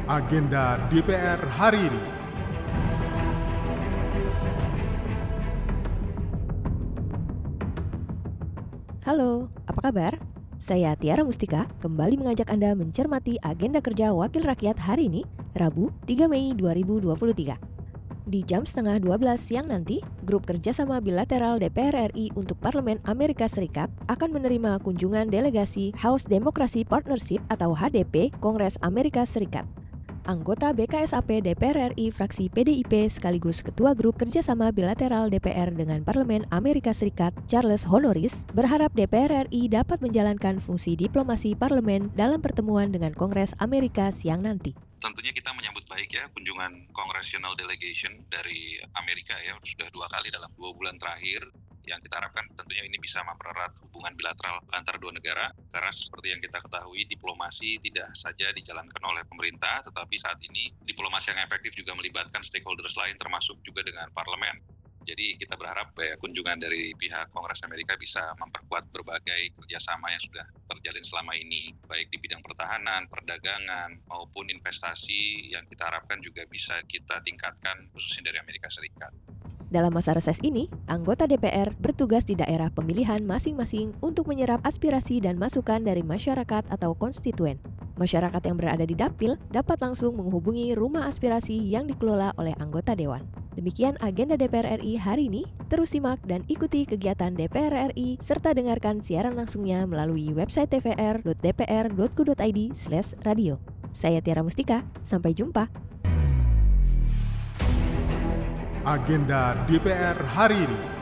Agenda DPR hari ini. Halo, apa kabar? Saya Tiara Mustika, kembali mengajak Anda mencermati agenda kerja Wakil Rakyat hari ini, Rabu 3 Mei 2023. Di jam setengah 12 siang nanti, Grup Kerjasama Bilateral DPR RI untuk Parlemen Amerika Serikat akan menerima kunjungan delegasi House Democracy Partnership atau HDP Kongres Amerika Serikat. Anggota BKSAP DPR RI fraksi PDIP sekaligus Ketua Grup Kerjasama Bilateral DPR dengan Parlemen Amerika Serikat, Charles Honoris, berharap DPR RI dapat menjalankan fungsi diplomasi parlemen dalam pertemuan dengan Kongres Amerika siang nanti. Tentunya kita menyambut baik ya kunjungan Congressional Delegation dari Amerika ya, sudah 2 kali dalam 2 bulan terakhir. Yang kita harapkan tentunya ini bisa mempererat hubungan bilateral antar dua negara, karena seperti yang kita ketahui diplomasi tidak saja dijalankan oleh pemerintah, tetapi saat ini diplomasi yang efektif juga melibatkan stakeholders lain termasuk juga dengan parlemen. Jadi kita berharap kunjungan dari pihak Kongres Amerika bisa memperkuat berbagai kerjasama yang sudah terjalin selama ini, baik di bidang pertahanan, perdagangan, maupun investasi yang kita harapkan juga bisa kita tingkatkan khususnya dari Amerika Serikat. Dalam masa reses ini, anggota DPR bertugas di daerah pemilihan masing-masing untuk menyerap aspirasi dan masukan dari masyarakat atau konstituen. Masyarakat yang berada di Dapil dapat langsung menghubungi rumah aspirasi yang dikelola oleh anggota Dewan. Demikian agenda DPR RI hari ini. Terus simak dan ikuti kegiatan DPR RI serta dengarkan siaran langsungnya melalui website tvr.dpr.go.id/radio. Saya Tiara Mustika, sampai jumpa. Agenda DPR hari ini.